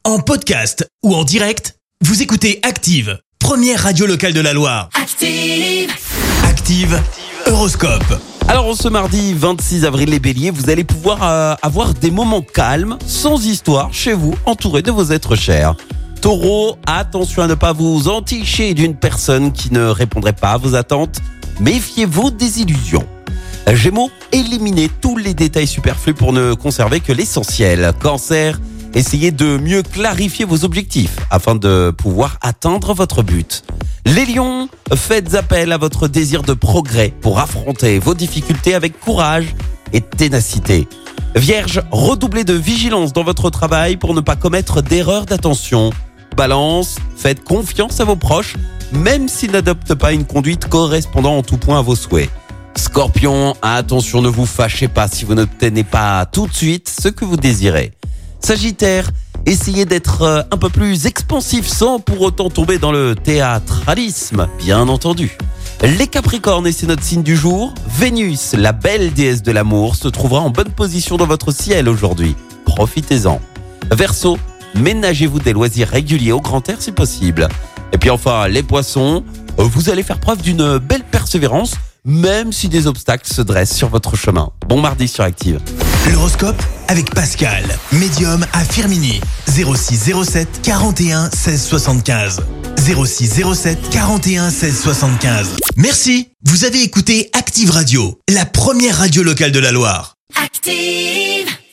En podcast ou en direct, vous écoutez Active, première radio locale de la Loire. Active. Active Horoscope. Alors ce mardi 26 avril, les béliers, vous allez pouvoir avoir des moments calmes, sans histoire, chez vous, entourés de vos êtres chers. Taureau, attention à ne pas vous enticher d'une personne qui ne répondrait pas à vos attentes. Méfiez-vous des illusions. Gémeaux, éliminez tous les détails superflus pour ne conserver que l'essentiel. Cancer, essayez de mieux clarifier vos objectifs afin de pouvoir atteindre votre but. Les lions, faites appel à votre désir de progrès pour affronter vos difficultés avec courage et ténacité. Vierge, redoublez de vigilance dans votre travail pour ne pas commettre d'erreurs d'attention. Balance, faites confiance à vos proches, même s'ils n'adoptent pas une conduite correspondant en tout point à vos souhaits. Scorpion, attention, ne vous fâchez pas si vous n'obtenez pas tout de suite ce que vous désirez. Sagittaire, essayez d'être un peu plus expansif sans pour autant tomber dans le théâtralisme, bien entendu. Les Capricornes, et c'est notre signe du jour, Vénus, la belle déesse de l'amour, se trouvera en bonne position dans votre ciel aujourd'hui. Profitez-en. Verseau, ménagez-vous des loisirs réguliers au grand air si possible. Et puis enfin, les Poissons, vous allez faire preuve d'une belle persévérance, même si des obstacles se dressent sur votre chemin. Bon mardi sur Active. L'horoscope avec Pascal, médium à Firminy. 06 07 41 16 75. 06 07 41 16 75. Merci, vous avez écouté Active Radio, la première radio locale de la Loire. Active.